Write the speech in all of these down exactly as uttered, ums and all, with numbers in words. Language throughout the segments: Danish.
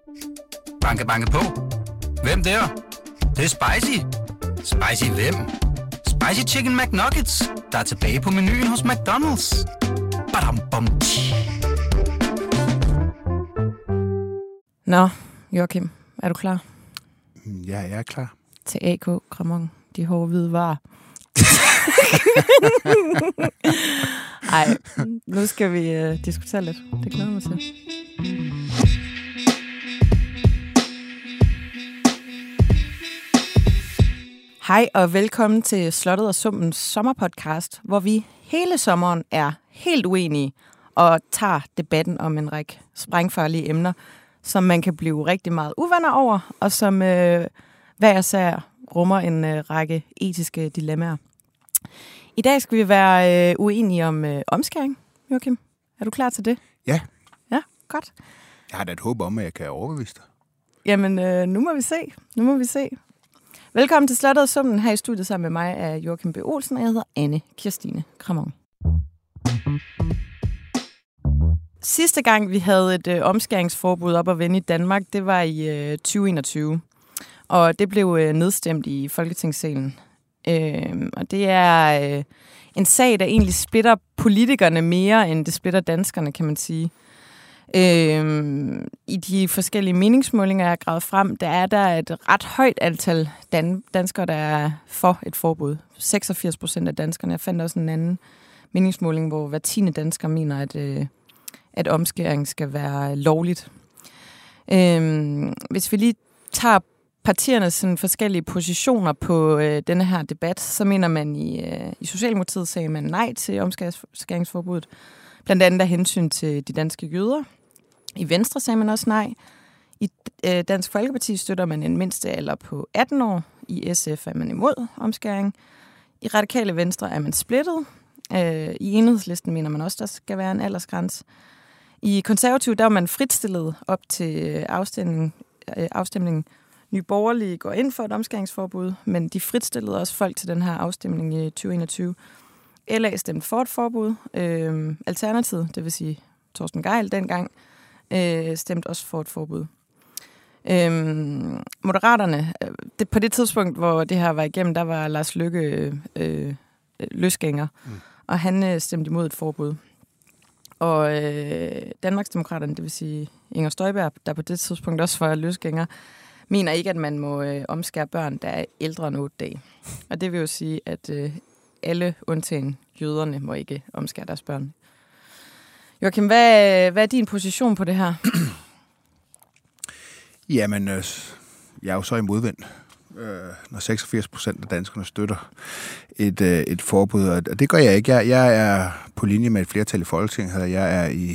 Banke, banke på. Hvem der? Det, det er spicy. Spicy hvem? Spicy Chicken McNuggets, der er tilbage på menuen hos McDonald's. Badum, bom, Nå, Joachim, er du klar? Ja, jeg er klar. Til A K Kramon, de hårde hvide varer. Ej, nu skal vi uh, diskutere lidt. Det glæder mig til. Hej og velkommen til Slottet og Sumpens sommerpodcast, hvor vi hele sommeren er helt uenige og tager debatten om en række sprængfarlige emner, som man kan blive rigtig meget uvenner over, og som øh, hver især rummer en øh, række etiske dilemmaer. I dag skal vi være øh, uenige om øh, omskæring, Joachim. Er du klar til det? Ja. Ja, godt. Jeg har da et håb om, at jeg kan overbevise dig. Jamen, øh, nu må vi se. Nu må vi se. Velkommen til Slottet og Sumpen. Her i studiet sammen med mig er Joachim B. Olsen, og jeg hedder Anne Kirstine Kramon. Sidste gang, vi havde et øh, omskæringsforbud op at vende i Danmark, det var i øh, tyve enogtyve. Og det blev øh, nedstemt i Folketingssalen. Øh, og det er øh, en sag, der egentlig splitter politikerne mere, end det splitter danskerne, kan man sige. Øh, I de forskellige meningsmålinger, jeg har gravet frem, der er der et ret højt antal dan- danskere, der er for et forbud. seksogfirs procent af danskerne. Jeg fandt også en anden meningsmåling, hvor hver tiende dansker mener, at, øh, at omskæring skal være lovligt. Øh, hvis vi lige tager partiernes sådan, forskellige positioner på øh, denne her debat, så mener man i, øh, i Socialdemokratiet sagde man nej til omskæringsforbuddet, blandt andet af hensyn til de danske jøder. I Venstre sagde man også nej. I øh, Dansk Folkeparti støtter man en mindste alder på atten år. I S F er man imod omskæring. I Radikale Venstre er man splittet. Øh, I Enhedslisten mener man også, der skal være en aldersgrænse. I Konservative der er man fritstillet op til afstemningen. Øh, afstemningen. Nye Borgerlige går ind for et omskæringsforbud, men de fritstillede også folk til den her afstemning i tyve enogtyve. L A stemte for et forbud. Øh, Alternativet, det vil sige Torsten Gejl dengang, øh, stemte også for et forbud. Øh, Moderaterne, det, på det tidspunkt, hvor det her var igennem, der var Lars Løkke øh, løsgænger, mm. og han øh, stemte imod et forbud. Og øh, Danmarksdemokraterne, det vil sige Inger Støjberg, der på det tidspunkt også var løsgænger, mener ikke, at man må øh, omskære børn, der er ældre end otte dage. Og det vil jo sige, at øh, alle undtagen jøderne må ikke omskære deres børn. Joachim, hvad, hvad er din position på det her? Jamen, øh, jeg er jo så i modvind, øh, når seksogfirs procent af danskerne støtter et, øh, et forbud. Og det gør jeg ikke. Jeg, jeg er på linje med et flertal i Folketinget her. Jeg er i,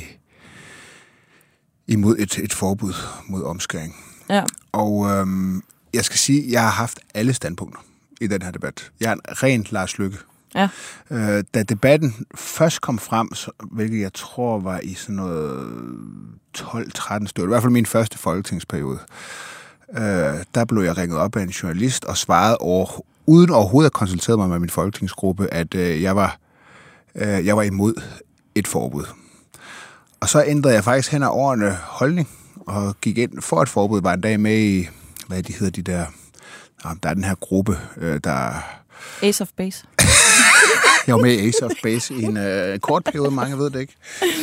imod et, et forbud mod omskæring. Ja. Og øhm, jeg skal sige, at jeg har haft alle standpunkter i den her debat. Jeg er en ren Lars Løkke. Ja. Øh, da debatten først kom frem, så, hvilket jeg tror var i sådan noget tolv tretten stykker, i hvert fald min første folketingsperiode, øh, der blev jeg ringet op af en journalist og svarede over, uden overhovedet at konsultere mig med min folketingsgruppe, at øh, jeg, var, øh, jeg var imod et forbud. Og så ændrede jeg faktisk hen ad årene holdning og gik ind for et forbud, var en dag med i, hvad de hedder de der, der er den her gruppe, der... Ace of Base. Jeg var med i Ace of Base i en uh, kort periode, mange ved det ikke.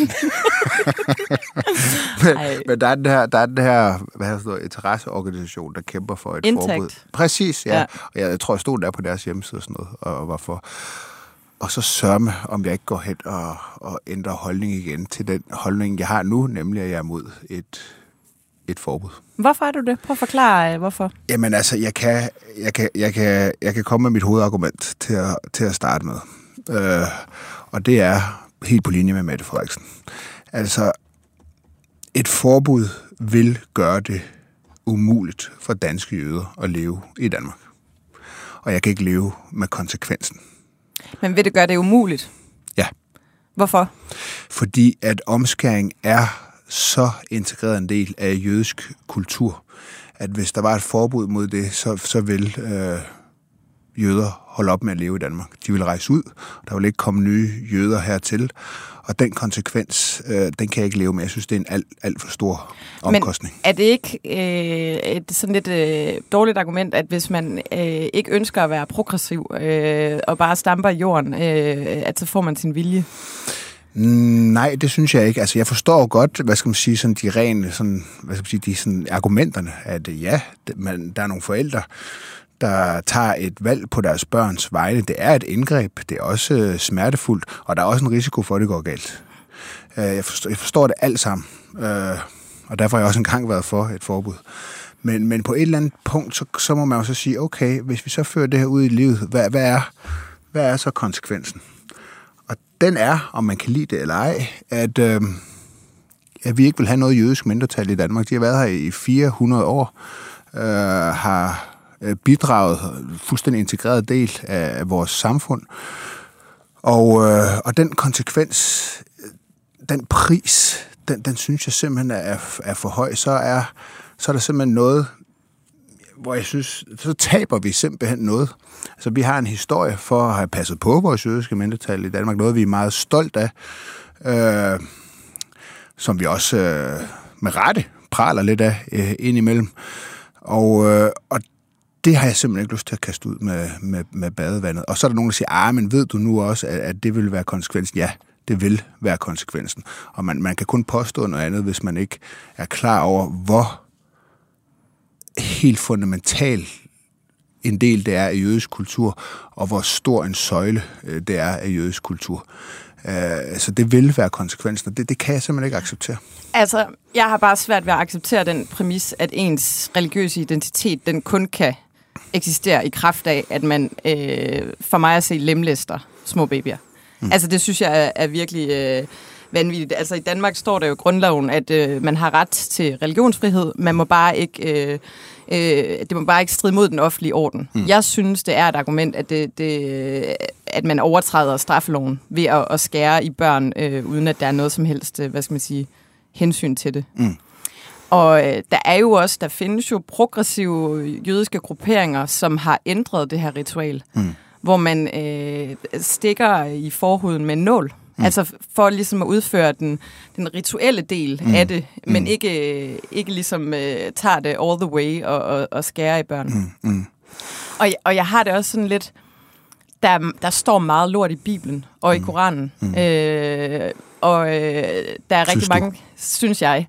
men, men der er den her, der er den her hvad hedder det, interesseorganisation, der kæmper for et Intact. forbud. Præcis, ja. ja. Og jeg, jeg tror, jeg stod der på deres hjemmeside og sådan noget, og var for... Og så sørme, om jeg ikke går hen og, og ændrer holdning igen til den holdning, jeg har nu, nemlig at jeg er imod et... et forbud. Hvorfor er du det? Prøv at forklare, hvorfor. Jamen altså, jeg kan, jeg kan, jeg kan, jeg kan komme med mit hovedargument til at, til at starte med. Øh, og det er helt på linje med Mette Frederiksen. Altså, et forbud vil gøre det umuligt for danske jøder at leve i Danmark. Og jeg kan ikke leve med konsekvensen. Men vil det gøre det umuligt? Ja. Hvorfor? Fordi at omskæring er så integreret en del af jødisk kultur, at hvis der var et forbud mod det, så, så vil øh, jøder holde op med at leve i Danmark. De ville rejse ud, og der ville ikke komme nye jøder hertil. Og den konsekvens, øh, den kan jeg ikke leve med. Jeg synes, det er en alt, alt for stor omkostning. Men er det ikke øh, et sådan lidt øh, dårligt argument, at hvis man øh, ikke ønsker at være progressiv øh, og bare stamper i jorden, øh, at så får man sin vilje? Nej, det synes jeg ikke. Altså, jeg forstår godt, hvad skal man sige, sådan de rene, sådan, hvad skal man sige, de sådan argumenterne, at ja, det, man, der er nogle forældre, der tager et valg på deres børns vegne. Det er et indgreb, det er også øh, smertefuldt, og der er også en risiko for, at det går galt. Øh, jeg, forstår, jeg forstår det alt sammen, øh, og derfor har jeg også engang været for et forbud. Men, men på et eller andet punkt, så, så må man jo så sige, okay, hvis vi så fører det her ud i livet, hvad, hvad, er, hvad er så konsekvensen? Og den er, om man kan lide det eller ej, at, øh, at vi ikke vil have noget jødisk mindretal i Danmark. De har været her i fire hundrede år, øh, har bidraget, fuldstændig integreret del af vores samfund. Og, øh, og den konsekvens, den pris, den, den synes jeg simpelthen er, er for høj. Så er, så er der simpelthen noget, hvor jeg synes, så taber vi simpelthen noget. Altså, vi har en historie for at have passet på vores jødiske mindretal i Danmark, noget vi er meget stolt af, øh, som vi også øh, med rette praler lidt af øh, indimellem. Og, øh, og det har jeg simpelthen ikke lyst til at kaste ud med, med, med badevandet. Og så er der nogen, der siger, ah, men ved du nu også, at, at det vil være konsekvensen? Ja, det vil være konsekvensen. Og man, man kan kun påstå noget andet, hvis man ikke er klar over, hvor helt fundamental en del det er af jødisk kultur, og hvor stor en søjle det er af jødisk kultur. Så det vil være konsekvensen, og det, det kan jeg simpelthen ikke acceptere. Altså, jeg har bare svært ved at acceptere den præmis, at ens religiøse identitet, den kun kan eksistere i kraft af, at man øh, for mig at se lemlæster små babyer. Mm. Altså, det synes jeg er, er virkelig øh, vanvittigt. Altså, i Danmark står der jo i grundloven, at øh, man har ret til religionsfrihed. Man må bare ikke... Øh, øh, det må bare ikke stride mod den offentlige orden. Mm. Jeg synes, det er et argument, at, det, det, at man overtræder straffeloven ved at, at skære i børn, øh, uden at der er noget som helst, hvad skal man sige, hensyn til det. Mm. Og øh, der er jo også, der findes jo progressive jødiske grupperinger, som har ændret det her ritual, mm. hvor man øh, stikker i forhuden med nål. Mm. Altså for ligesom at udføre den, den rituelle del mm. af det, men mm. ikke, ikke ligesom øh, tager det all the way og, og, og skærer i børn. Mm. Mm. Og, og jeg har det også sådan lidt, der, der står meget lort i Bibelen og i mm. Koranen. Mm. Øh, og øh, der er rigtig mange, synes jeg,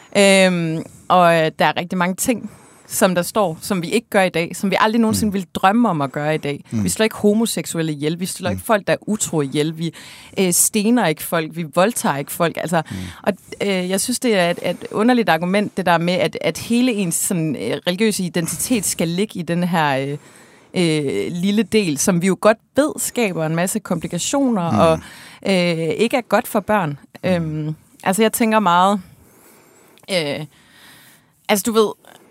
øh, og der er rigtig mange ting, som der står, som vi ikke gør i dag, som vi aldrig nogensinde mm. ville drømme om at gøre i dag. Mm. Vi slår ikke homoseksuelle ihjel, vi slår mm. ikke folk, der er utro ihjel, vi øh, stener ikke folk, vi voldtager ikke folk. Altså, mm. Og øh, jeg synes, det er et, et underligt argument, det der med, at, at hele ens sådan, øh, religiøse identitet skal ligge i den her øh, øh, lille del, som vi jo godt ved skaber en masse komplikationer, mm. og øh, ikke er godt for børn. Mm. Øhm, altså, jeg tænker meget... Øh, altså, du ved...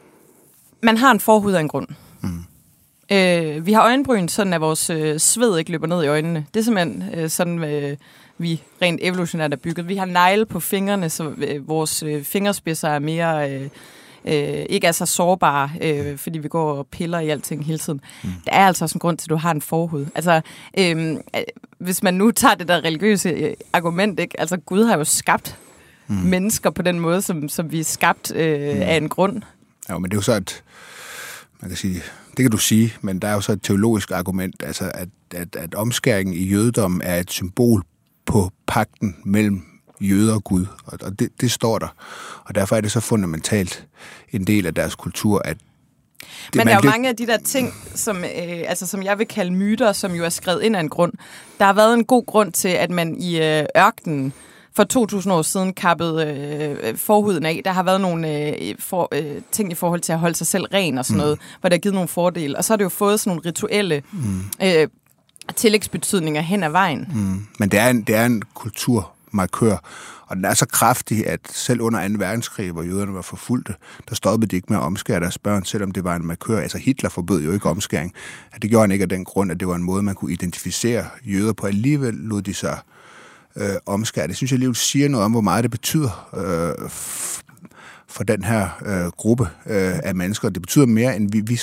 Man har en forhud af en grund. Mm. Øh, vi har øjenbryn, sådan at vores øh, sved ikke løber ned i øjnene. Det er simpelthen øh, sådan, øh, vi rent evolutionært er bygget. Vi har negle på fingrene, så øh, vores øh, fingerspidser er mere... Øh, øh, ikke er så sårbare, øh, fordi vi går og piller i alting hele tiden. Mm. Der er altså også en grund til, at du har en forhud. Altså, øh, hvis man nu tager det der religiøse øh, argument, ikke? Altså, Gud har jo skabt mm. mennesker på den måde, som, som vi er skabt øh, mm. af en grund. Ja, men det er jo så et, man kan sige, det kan du sige, men der er jo så et teologisk argument, altså at, at, at omskæringen i jødedommen er et symbol på pagten mellem jøder og Gud, og det, det står der. Og derfor er det så fundamentalt en del af deres kultur, at det, men der er jo det... mange af de der ting, som, øh, altså, som jeg vil kalde myter, som jo er skrevet ind af en grund. Der har været en god grund til, at man i øh, ørkenen for to tusind år siden kappede øh, forhuden af. Der har været nogle øh, for, øh, ting i forhold til at holde sig selv ren og sådan mm. noget, hvor der er givet nogle fordele. Og så har det jo fået sådan nogle rituelle mm. øh, tillægsbetydninger hen ad vejen. Mm. Men det er en, det er en kulturmarkør, og den er så kraftig, at selv under anden verdenskrig, hvor jøderne var forfulgte, der stoppede de ikke med at omskære deres børn, selvom det var en markør. Altså Hitler forbød jo ikke omskæring. Det gjorde han ikke af den grund, at det var en måde, man kunne identificere jøder på. Alligevel lod de sig øh, omskære. Det synes jeg alligevel siger noget om, hvor meget det betyder øh, f- for den her øh, gruppe øh, af mennesker. Det betyder mere, end vi, vi sådan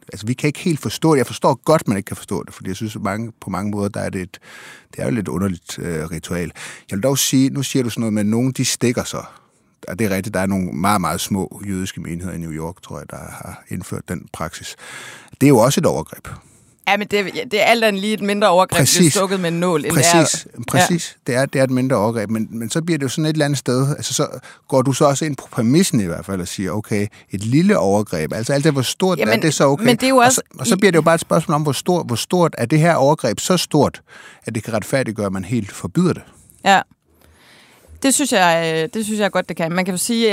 Altså, vi kan ikke helt forstå det. Jeg forstår godt, man ikke kan forstå det, fordi jeg synes, at mange, på mange måder, der er det et, det er jo et lidt underligt øh, ritual. Jeg vil dog sige, nu siger du sådan noget med, at nogen, de stikker sig. Og det er rigtigt, der er nogle meget, meget små jødiske menigheder i New York, tror jeg, der har indført den praksis. Det er jo også et overgreb. Ja, men det, det er alt andet lige et mindre overgreb, præcis. Det er stukket med en nål. Præcis, det er, præcis. Ja. Det, er, det er et mindre overgreb, men, men så bliver det jo sådan et eller andet sted. Altså, så går du så også ind på præmissen i hvert fald og siger, okay, et lille overgreb, altså alt det, hvor stort Jamen, er det så okay? Men det er jo også... og, så, og så bliver det jo bare et spørgsmål om, hvor stort, hvor stort er det her overgreb så stort, at det kan retfærdiggøre, at man helt forbyder det. Ja. Det synes jeg, det synes jeg godt, det kan. Man kan jo sige,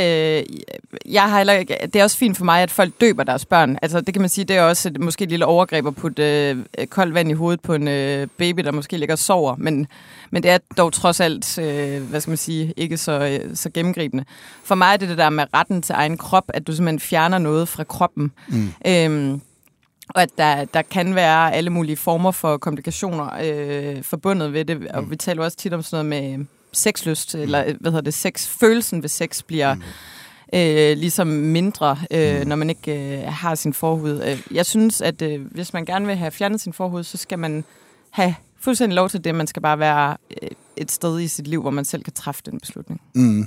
jeg har heller ikke, det er også fint for mig, at folk døber deres børn. Altså, det kan man sige, det er også et, måske et lille overgreb at putte øh, koldt vand i hovedet på en øh, baby, der måske ligger og sover. Men, men det er dog trods alt, øh, hvad skal man sige, ikke så, øh, så gennemgribende. For mig er det det der med retten til egen krop, at du simpelthen fjerner noget fra kroppen. Mm. Øhm, og at der, der kan være alle mulige former for komplikationer øh, forbundet ved det. Og vi taler også tit om sådan noget med sexlyst, eller hvad hedder det, sex, følelsen ved sex bliver mm. øh, ligesom mindre, øh, mm. når man ikke øh, har sin forhud. Jeg synes, at øh, hvis man gerne vil have fjernet sin forhud, så skal man have fuldstændig lov til det. Man skal bare være øh, et sted i sit liv, hvor man selv kan træffe den beslutning. Mm.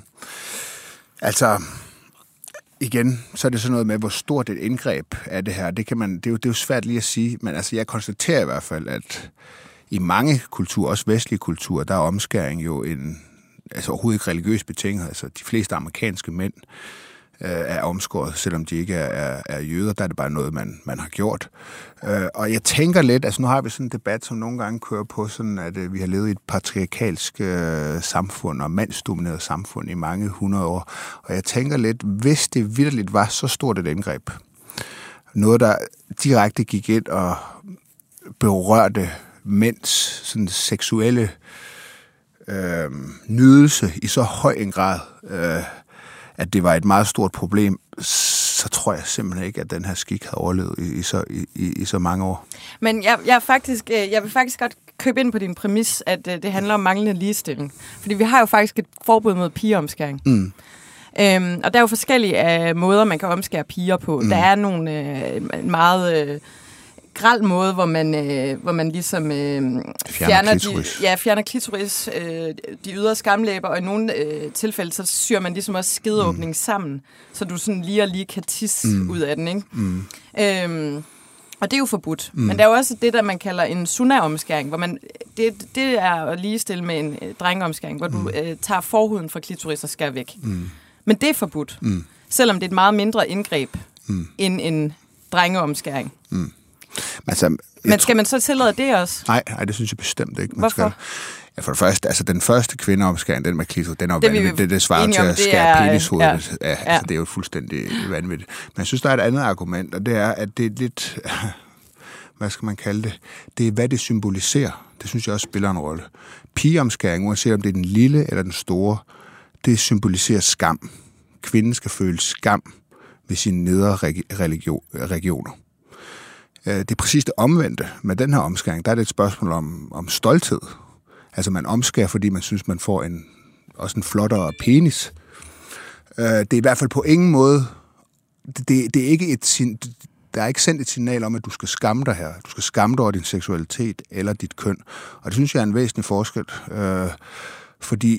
Altså, igen, så er det sådan noget med, hvor stort et indgreb er det her. Det, kan man, det, er, jo, det er jo svært lige at sige, men altså, jeg konstaterer i hvert fald, at i mange kulturer, også vestlige kulturer, der er omskæring jo en, altså overhovedet ikke religiøs betinget. Altså de fleste amerikanske mænd øh, er omskåret, selvom de ikke er, er, er jøder. Der er det bare noget, man, man har gjort. Øh, og jeg tænker lidt, altså nu har vi sådan en debat, som nogle gange kører på sådan, at øh, vi har levet i et patriarkalsk øh, samfund og mandsdomineret samfund i mange hundrede år. Og jeg tænker lidt, hvis det vitterligt var så stort et indgreb, noget der direkte gik ind og berørte mænds sådan seksuelle øh, nydelse i så høj en grad, øh, at det var et meget stort problem, så tror jeg simpelthen ikke, at den her skik havde overlevet i, i, så, i, i så mange år. Men jeg, jeg, faktisk, jeg vil faktisk godt købe ind på din præmis, at det handler om manglende ligestilling. Fordi vi har jo faktisk et forbud mod pigeomskæring. Mm. Øhm, og der er jo forskellige øh, måder, man kan omskære piger på. Mm. Der er nogle øh, meget... Øh, græld måde, hvor man, øh, hvor man ligesom øh, fjerner, fjerner, klitoris. De, ja, fjerner klitoris, øh, de ydre skamlæber, og i nogle øh, tilfælde, så syr man ligesom også skedeåbningen mm. sammen, så du sådan lige og lige kan tisse mm. ud af den, ikke? Mm. Øhm, og det er jo forbudt. Mm. Men der er jo også det, der man kalder en sunna-omskæring, hvor man, det, det er at ligestille med en øh, drengeomskæring, hvor mm. du øh, tager forhuden fra klitoris og skærer væk. Mm. Men det er forbudt, mm. selvom det er et meget mindre indgreb mm. end en drengeomskæring. Mm. Altså, men skal man så tillade det også? Nej, nej, det synes jeg bestemt ikke. Man Hvorfor? Skal, ja, for det første, altså den første kvindeomskæring, den med klitoris, den er jo det, vanvittigt. Det, det svarer til at skære penishovedet. Ja, ja. Altså, det er jo fuldstændig vanvittigt. Men jeg synes, der er et andet argument, og det er, at det er lidt, hvad skal man kalde det? Det er, hvad det symboliserer. Det synes jeg også spiller en rolle. Pigeomskæring, uanset om det er den lille eller den store, det symboliserer skam. Kvinden skal føle skam ved sine nedre regioner. Det er præcis det omvendte med den her omskæring. Der er det et spørgsmål om, om stolthed. Altså man omskærer, fordi man synes, man får en, også en flottere penis. Det er i hvert fald på ingen måde... Det, det er ikke et, der er ikke sendt et signal om, at du skal skamme dig her. Du skal skamme dig over din seksualitet eller dit køn. Og det synes jeg er en væsentlig forskel. Fordi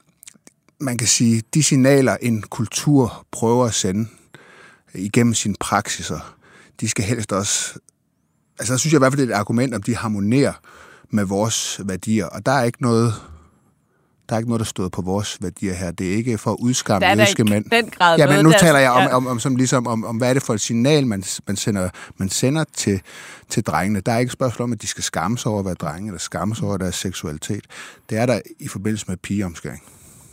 man kan sige, de signaler, en kultur prøver at sende igennem sine praksiser, de skal helst også... Altså, jeg synes jeg i hvert fald, det er et argument, om de harmonerer med vores værdier. Og der er ikke noget, der er ikke noget, der stod på vores værdier her. Det er ikke for at udskamme jødiske mænd. Den grad ja, men nu taler jeg om, ja. om, om, som, ligesom, om, om, hvad er det for et signal, man, man sender, man sender til, til drengene. Der er ikke et spørgsmål om, at de skal skamme sig over at være drenge, eller skamme sig over deres seksualitet. Det er der i forbindelse med pigeomskæring.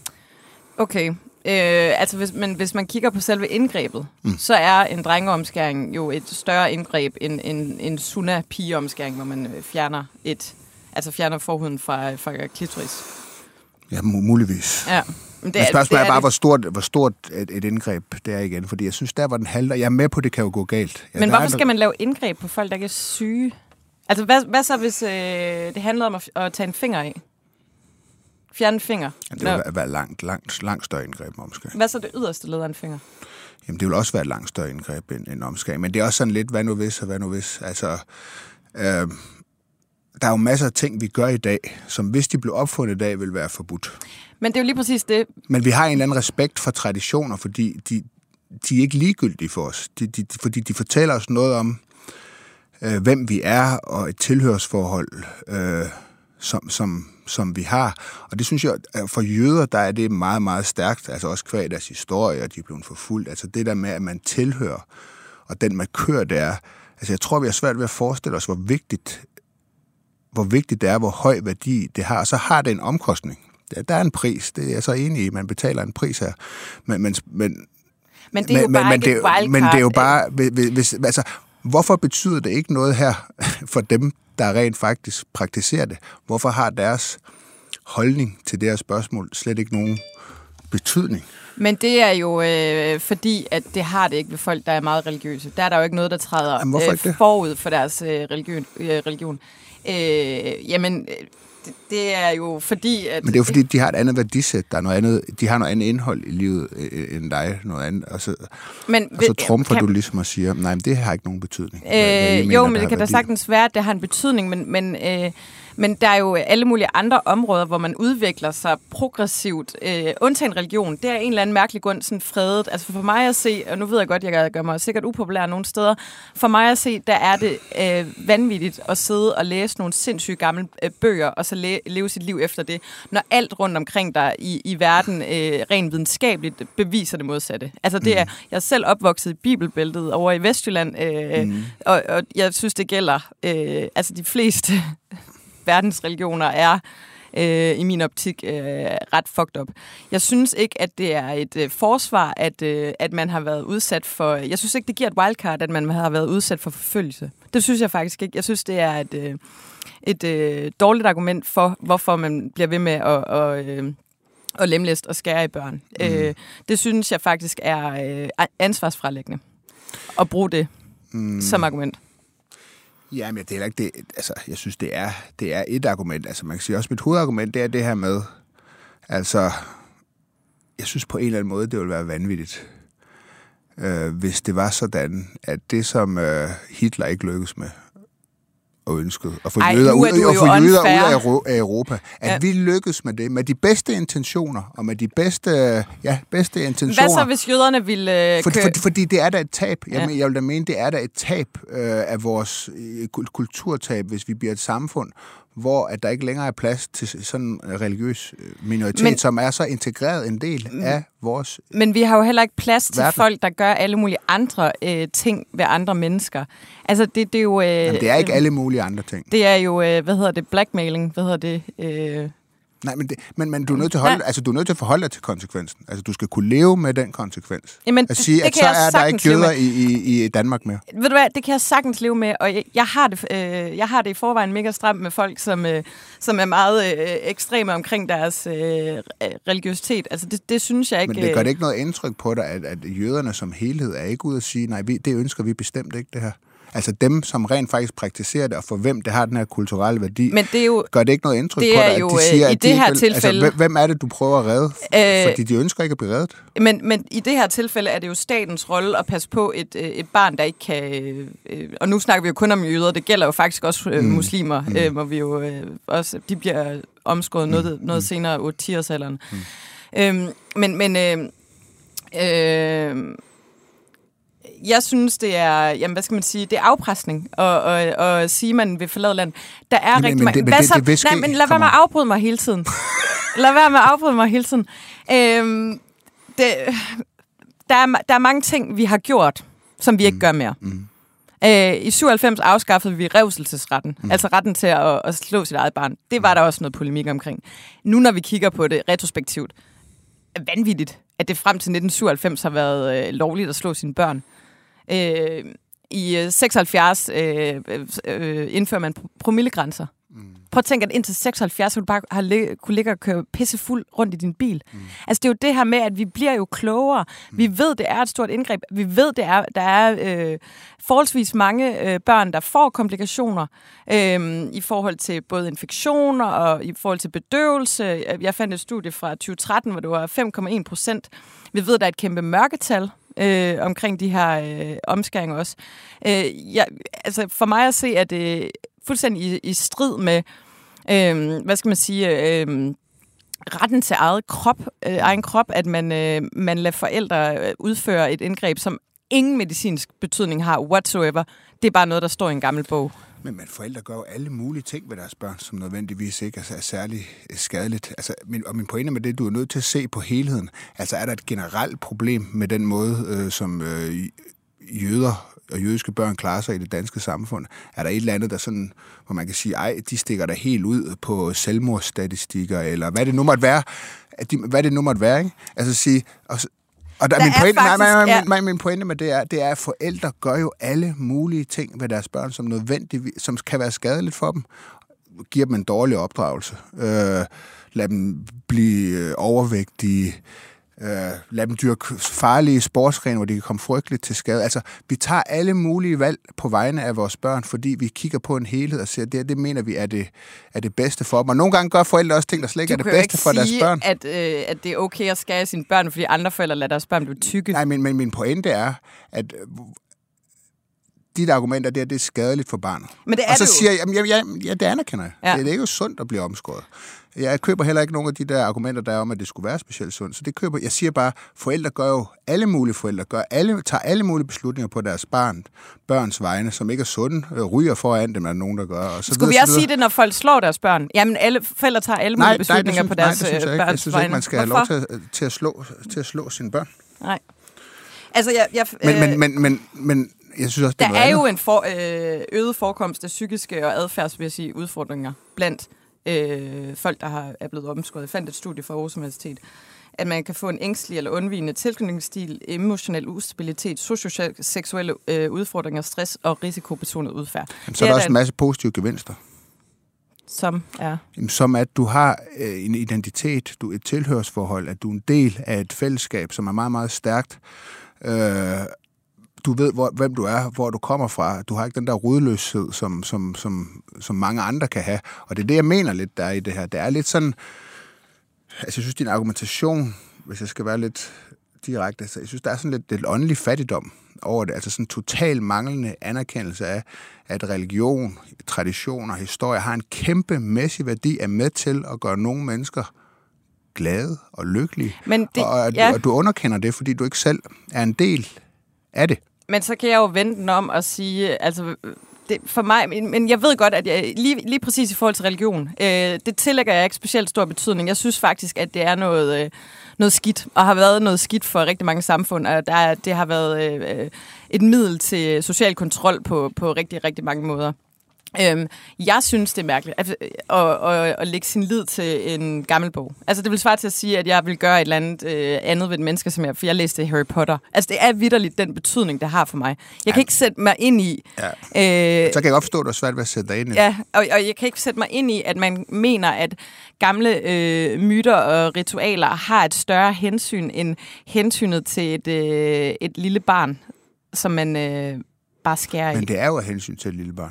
Okay. Øh, altså hvis, men hvis man kigger på selve indgrebet, mm. så er en drengeomskæring jo et større indgreb end en, en sunna-pigeomskæring, hvor man fjerner et, altså fjerner forhuden fra, fra klitoris. Ja, muligvis. Ja. Men, det, men spørgsmålet er, er bare, hvor stort, hvor stort et, et indgreb det er igen, fordi jeg synes, der var den halter. Jeg er med på, det kan jo gå galt. Ja, men hvorfor er, skal man lave indgreb på folk, der ikke er syge? Altså hvad, hvad så, hvis øh, det handler om at, at tage en finger af? Fjerne en finger. Ja, det vil være langt, langt, langt større indgreb med omskæring. Hvad så det yderste led af en finger? jamen det vil også være et langt større indgreb end en omskæring. Men det er også sådan lidt, hvad nu hvis og hvad nu hvis. Altså, øh, der er jo masser af ting, vi gør i dag, som hvis de blev opfundet i dag, vil være forbudt. Men det er jo lige præcis det. Men vi har en eller anden respekt for traditioner, fordi de, de er ikke ligegyldige for os. De, de, fordi de fortæller os noget om, øh, hvem vi er, og et tilhørsforhold, øh, som, som, som vi har. Og det synes jeg, for jøder, der er det meget, meget stærkt, altså også kvad deres historie, og de er blevet forfulgt. Altså det der med, at man tilhører, og den markør, det er. Altså jeg tror, vi har svært ved at forestille os, hvor vigtigt, hvor vigtigt det er, hvor høj værdi det har. Og så har det en omkostning. Der er en pris, det er jeg så enig i, man betaler en pris her. Men, men, men, men det er jo men, bare men, ikke et wildcard. Men det er jo bare, hvis, hvis, altså, hvorfor betyder det ikke noget her for dem, der rent faktisk praktiserer det? Hvorfor har deres holdning til det her spørgsmål slet ikke nogen betydning? Men det er jo øh, fordi, at det har det ikke ved folk, der er meget religiøse. Der er der jo ikke noget, der træder øh, forud for deres øh, religion. Øh, religion. Øh, jamen... Det, det er jo fordi, at... Men det er jo fordi, de har et andet værdisæt. Der er noget andet, de har noget andet indhold i livet end dig. Noget andet. Og så, men, og så trumfer kan, du ligesom og siger, nej, men det har ikke nogen betydning. Øh, hvad, jo, mener, men det kan da sagtens være, at det har en betydning, men, men, øh, men der er jo alle mulige andre områder, hvor man udvikler sig progressivt. Øh, undtagen religion, det er en eller anden mærkelig grund sådan fredet. Altså for mig at se, og nu ved jeg godt, jeg gør mig sikkert upopulær nogle steder, for mig at se, der er det øh, vanvittigt at sidde og læse nogle sindssygt gamle øh, bøger, og så læ- leve sit liv efter det, når alt rundt omkring dig i, i verden øh, rent videnskabeligt beviser det modsatte. Altså det er, jeg er selv opvokset i Bibelbæltet over i Vestjylland, øh, mm. og, og jeg synes, det gælder, øh, altså de fleste verdensreligioner er øh, i min optik øh, ret fucked up. Jeg synes ikke, at det er et øh, forsvar, at, øh, at man har været udsat for... Jeg synes ikke, det giver et wildcard, at man har været udsat for forfølgelse. Det synes jeg faktisk ikke. Jeg synes, det er et, øh, et øh, dårligt argument for, hvorfor man bliver ved med at... Og, øh, og lemlæst og skære i børn. Mm. Øh, det synes jeg faktisk er øh, ansvarsfralæggende at bruge det mm. som argument. Ja, men det er ikke det. Altså, jeg synes, det er, det er et argument. Altså, man kan sige også, mit hovedargument, det er det her med, altså, jeg synes på en eller anden måde, det ville være vanvittigt, øh, hvis det var sådan, at det, som øh, Hitler ikke lykkedes med, og ønskede at få jøder, ud, og få jøder ud af Europa. At ja. vi lykkes med det, med de bedste intentioner, og med de bedste, ja, bedste intentioner. Hvad så, hvis jøderne ville øh, for, for, fordi det er da et tab. Ja. Jeg, jeg vil da mene, det er da et tab øh, af vores øh, kulturtab, hvis vi bliver et samfund, hvor at der ikke længere er plads til sådan en religiøs minoritet, men, som er så integreret en del af vores Men vi har jo heller ikke plads verden. til folk, der gør alle mulige andre øh, ting ved andre mennesker. Altså, det, det er jo... Øh, Jamen, det er ikke øh, alle mulige andre ting. Det er jo, øh, hvad hedder det, blackmailing, hvad hedder det... Øh, Nej, men, det, men, men du, er nødt til at holde, altså, du er nødt til at forholde dig til konsekvensen. Altså, du skal kunne leve med den konsekvens. Jamen, at sige, det, det at så er der ikke jøder i, i, i Danmark mere. Ved du hvad, det kan jeg sagtens leve med, og jeg, jeg, har, det, øh, jeg har det i forvejen mega stramt med folk, som, øh, som er meget øh, ekstreme omkring deres øh, religiøsitet. Altså, det, det synes jeg ikke... Men det gør det ikke noget indtryk på dig, at, at jøderne som helhed er ikke ude at sige, nej, vi, det ønsker vi bestemt ikke, det her. Altså dem, som rent faktisk praktiserer det, og for hvem det har den her kulturelle værdi, men det er jo, gør det ikke noget indtryk det på dig, at jo, de siger, i at det de her vil, tilfælde, altså, hvem er det, du prøver at redde? Øh, fordi de ønsker ikke at blive reddet. Men, men i det her tilfælde er det jo statens rolle at passe på et, et barn, der ikke kan... Øh, og nu snakker vi jo kun om jøder, det gælder jo faktisk også øh, mm. muslimer, mm. Øh, hvor vi jo øh, også... De bliver omskåret mm. noget, noget mm. senere, otte-tiårsalderen. Mm. Øhm, men... men øh, øh, Jeg synes, det er, jamen, hvad skal man sige, det er afpresning at, at, at sige, at man vil forlade land. Der er men, rigtig mange... Men, det, det, det nej, men lad være med at afbryde mig hele tiden. lad være med at afbryde mig hele tiden. Øhm, det, der, er, der er mange ting, vi har gjort, som vi ikke mm. gør mere. Mm. Øh, I syvoghalvfems afskaffede vi revselsesretten, mm. altså retten til at, at slå sit eget barn. Det var der også noget polemik omkring. Nu, når vi kigger på det retrospektivt, er vanvittigt, at det frem til nitten syvoghalvfems har været øh, lovligt at slå sine børn. Øh, I seksoghalvfjerds øh, øh, indfører man promillegrænser. Mm. Prøv at tænke, at indtil seksoghalvfjerds så du bare har lig- kunne ligge og køre pissefuld rundt i din bil. Mm. Altså det er jo det her med, at vi bliver jo klogere. Mm. Vi ved, det er et stort indgreb. Vi ved, det er, der er øh, forholdsvis mange øh, børn, der får komplikationer øh, i forhold til både infektioner og i forhold til bedøvelse. Jeg fandt et studie fra tyve tretten, hvor det var fem komma en procent. Vi ved, der er et kæmpe mørketal øh, omkring de her øh, omskæringer også. Øh, jeg, altså for mig at se, at det er fuldstændig i, i strid med, øh, hvad skal man sige, øh, retten til eget krop, øh, egen krop, at man, øh, man lader forældre udføre et indgreb, som ingen medicinsk betydning har whatsoever. Det er bare noget, der står i en gammel bog. Men, men forældre gør jo alle mulige ting ved deres børn, som nødvendigvis ikke er, er særlig skadeligt. Altså, min, og min pointe med det, du er nødt til at se på helheden. Altså, er der et generelt problem med den måde, øh, som øh, jøder og jødiske børn klarer sig i det danske samfund? Er der et eller andet, der sådan, hvor man kan sige, ej, de stikker der helt ud på selvmordsstatistikker, eller hvad det nu måtte være? At de, hvad det nu måtte være, ikke? Altså, sige... Og, Og der, der min, pointe, faktisk, nej, nej, nej, min pointe med det er, det er, at forældre gør jo alle mulige ting ved deres børn, som nødvendigvis, som kan være skadeligt for dem. Giver dem en dårlig opdragelse. Øh, lad dem blive overvægtige. Øh, lad dem dyrke farlige sportsgrene, hvor de kan komme frygteligt til skade. Altså, vi tager alle mulige valg på vegne af vores børn, fordi vi kigger på en helhed og siger, at det, det mener vi er det, er det bedste for dem. Og nogle gange gør forældre også ting, der slet ikke er det bedste for deres børn. At, øh, at det er okay at skære sine børn, fordi andre forældre lader deres børn blive tykke. Nej, men, men min pointe er, at dit argumenter, det er, det er skadeligt for barnet. Men det er og så det siger jeg, ja, ja, ja, det anerkender jeg. Ja. Det, det er jo sundt at blive omskåret. Jeg køber heller ikke nogen af de der argumenter, der er om, at det skulle være specielt sundt. Så det køber jeg. siger bare, forældre gør jo, alle mulige forældre gør, alle, tager alle mulige beslutninger på deres barn, børns vegne, som ikke er sunde, ryger foran dem, er nogen, der gør. Og så Skulle videre, vi også sige det, når folk slår deres børn? Jamen, alle forældre tager alle mulige nej, beslutninger nej, på deres nej, børns vegne. Jeg synes ikke, man skal Hvorfor? have lov til, til, at slå, til at slå sine børn. Nej. Altså, jeg... jeg men, øh, men, men, men, men jeg synes også, det der er er andet. jo en for, øh, øget forekomst af psykiske og adfærdsmæssige udfordringer blandt øh, folk, der har, er blevet omskåret. Jeg fandt et studie fra Aarhus Universitet, at man kan få en ængstelig eller undvigende tilknytningsstil, emotionel ustabilitet, socioseksuelle øh, udfordringer, stress og risikobetonet udfærd. Jamen, så er der også en masse positive gevinster. Som er? Jamen, som at du har øh, en identitet, du et tilhørsforhold, at du er en del af et fællesskab, som er meget, meget stærkt. Øh, Du ved, hvor, hvem du er, hvor du kommer fra. Du har ikke den der rodløshed, som, som, som, som mange andre kan have. Og det er det, jeg mener lidt, der er i det her. Det er lidt sådan... Altså, jeg synes, din argumentation, hvis jeg skal være lidt direkte, så jeg synes, der er sådan lidt, lidt åndelig fattigdom over det. Altså sådan total manglende anerkendelse af, at religion, traditioner, historie har en kæmpemæssig værdi, er med til at gøre nogle mennesker glade og lykkelige. Men det, og, at ja. du, og du underkender det, fordi du ikke selv er en del af det. Men så kan jeg jo vende den om og sige, altså det, for mig, men, men jeg ved godt, at jeg, lige, lige præcis i forhold til religion, øh, det tillægger jeg ikke specielt stor betydning. Jeg synes faktisk, at det er noget, øh, noget skidt, og har været noget skidt for rigtig mange samfund, og der, det har været øh, et middel til social kontrol på, på rigtig, rigtig mange måder. Øhm, jeg synes, det er mærkeligt at, at, at, at lægge sin lid til en gammel bog. Altså, det vil svare til at sige, at jeg vil gøre et eller andet øh, andet ved et menneske, som jeg... For jeg læste Harry Potter. Altså, det er vitterligt den betydning, det har for mig. Jeg ja. kan ikke sætte mig ind i... Ja. Øh, så kan jeg godt forstå, at det er svært ved at sætte dig ind i. Ja, og, og jeg kan ikke sætte mig ind i, at man mener, at gamle øh, myter og ritualer har et større hensyn end hensynet til et, øh, et lille barn, som man øh, bare skærer i. Men det er jo af hensyn til et lille barn.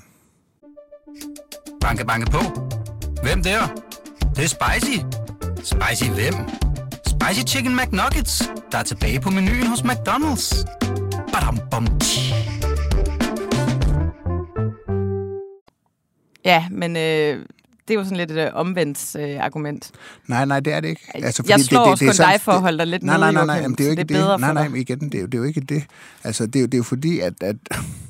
Banke, banke på. Hvem der? Det, det er spicy. Spicy hvem? Spicy Chicken McNuggets, der er tilbage på menuen hos McDonald's. Badum, bom, ja, men øh, det er jo sådan lidt et omvendt øh, argument. Nej, nej, det er det ikke. Altså, jeg slår det, det, det, også kun dig for at holde dig lidt nej, nede. Nej, nej, nej, nej, det er jo ikke det. det. Nej, nej, igen, det er, det er jo ikke det. Altså, det er jo, det er jo fordi, at... at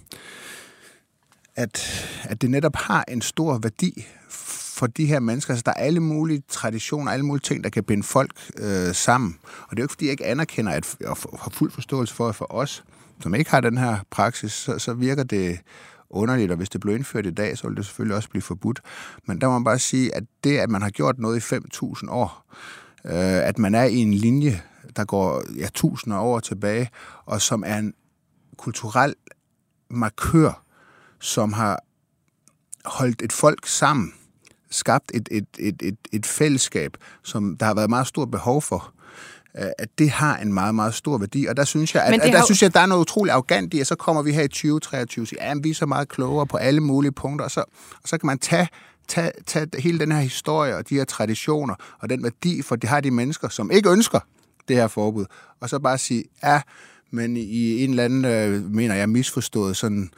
At, at det netop har en stor værdi for de her mennesker. Altså, der er alle mulige traditioner, alle mulige ting, der kan binde folk øh, sammen. Og det er jo ikke, fordi jeg ikke anerkender at, og har fuld forståelse for, at for os, som ikke har den her praksis, så, så virker det underligt, og hvis det blev indført i dag, så vil det selvfølgelig også blive forbudt. Men der må man bare sige, at det, at man har gjort noget i fem tusind år, øh, at man er i en linje, der går ja, tusinder år tilbage, og som er en kulturel markør, som har holdt et folk sammen, skabt et, et, et, et, et fællesskab, som der har været meget stort behov for, at det har en meget, meget stor værdi. Og der synes jeg, at, at der, har... synes jeg, at der er noget utroligt arrogant i, at så kommer vi her i tyve treogtyve og siger, ja, vi er så meget klogere på alle mulige punkter, og så, og så kan man tage, tage, tage hele den her historie og de her traditioner, og den værdi, for det har de mennesker, som ikke ønsker det her forbud, og så bare sige, ja, men i en eller anden, øh, mener jeg, misforstået sådan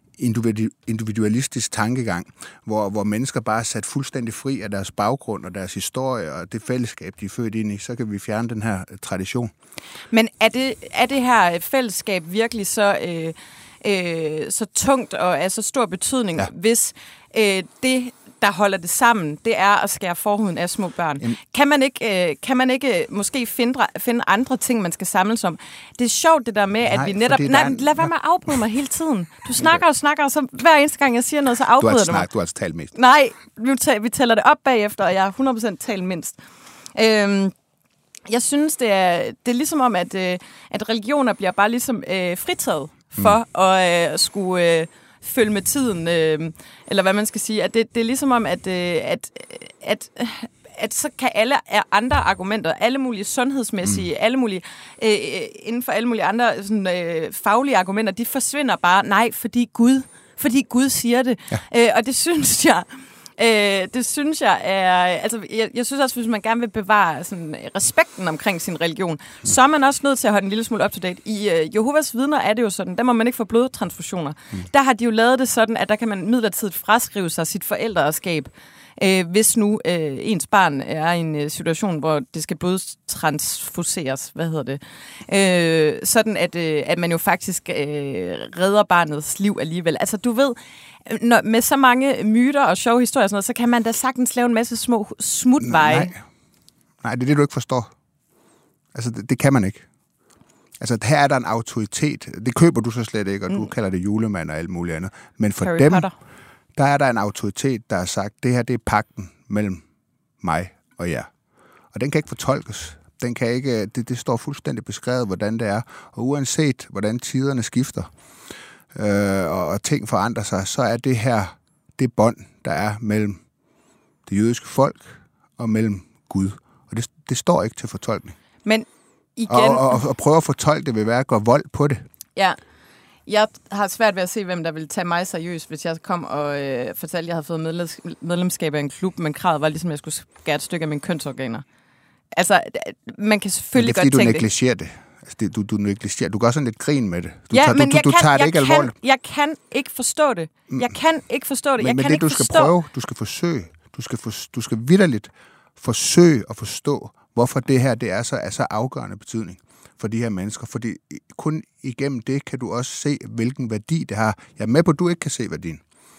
individualistisk tankegang, hvor, hvor mennesker bare er sat fuldstændig fri af deres baggrund og deres historie og det fællesskab, de er født ind i, så kan vi fjerne den her tradition. Men er det, er det her fællesskab virkelig så, øh, øh, så tungt og af så stor betydning, ja. hvis øh, det, der holder det sammen, det er at skære forhuden af små børn? Jamen. Kan man ikke, øh, kan man ikke måske finde, finde andre ting, man skal samles om? Det er sjovt det der med, nej, at vi netop... Nej, en... lad være med at afbryde mig hele tiden. Du snakker og snakker, og så hver eneste gang, jeg siger noget, så afbryder du, du mig. Du har altså talt mest. Nej, vi, tæ- vi tæller det op bagefter, og jeg har hundrede procent talt mindst. Øhm, jeg synes, det er, det er ligesom om, at, øh, at religioner bliver bare ligesom øh, fritaget for mm. at øh, skulle... Øh, følge med tiden, øh, eller hvad man skal sige. At det, det er ligesom om, at, øh, at, at, at så kan alle andre argumenter, alle mulige sundhedsmæssige, mm. alle mulige, øh, inden for alle mulige andre sådan, øh, faglige argumenter, de forsvinder bare. Nej, fordi Gud, fordi Gud siger det. Ja. Øh, og det synes jeg... Øh, det synes jeg er... Altså, jeg, jeg synes også, hvis man gerne vil bevare sådan, respekten omkring sin religion, mm. så er man også nødt til at holde en lille smule up-to-date. I uh, Jehovas vidner er det jo sådan, der må man ikke få blodtransfusioner. Mm. Der har de jo lavet det sådan, at der kan man midlertidigt fraskrive sig sit forældreskab, øh, hvis nu øh, ens barn er i en øh, situation, hvor det skal blodtransfuseres. Hvad hedder det? Øh, sådan, at, øh, at man jo faktisk øh, redder barnets liv alligevel. Altså, du ved... Når, med så mange myter og sjove historier og sådan noget, så kan man da sagtens lave en masse små smutveje. Nej, nej, det er det, du ikke forstår. Altså, det, det kan man ikke. Altså, her er der en autoritet. Det køber du så slet ikke, og mm. du kalder det julemand og alt muligt andet. Men for Harry dem, Potter. Der er der en autoritet, der har sagt, det her, det er pagten mellem mig og jer. Og den kan ikke fortolkes. Den kan ikke, det, det står fuldstændig beskrevet, hvordan det er. Og uanset, hvordan tiderne skifter, Øh, og, og ting forandrer sig, så er det her det bånd, der er mellem det jødiske folk og mellem Gud. Og det, det står ikke til fortolkning. Men igen... Og, og, og prøve at fortolke det vil være at gå vold på det. Ja. Jeg har svært ved at se, hvem der vil tage mig seriøst, hvis jeg kom og øh, fortalte, at jeg havde fået medlems- medlemskab af en klub, men kravet var ligesom, at jeg skulle skære et stykke af mine kønsorganer. Altså, man kan selvfølgelig godt tænke det. Det er fordi, du negligerer det. Altså, det, du, du negligerer. Du gør sådan lidt grin med det. Du ja, tager, men du, jeg du, kan, du tager det jeg ikke kan, alvorligt. Jeg kan ikke forstå det. Jeg kan ikke forstå det. Men, jeg men kan det, ikke du skal forstå. prøve, du skal forsøge. Du skal, for, du skal vitterligt forsøge at forstå, hvorfor det her det er så, er så afgørende betydning for de her mennesker. Fordi kun igennem det kan du også se, hvilken værdi det har. Jeg er med på, at du ikke kan se værdien.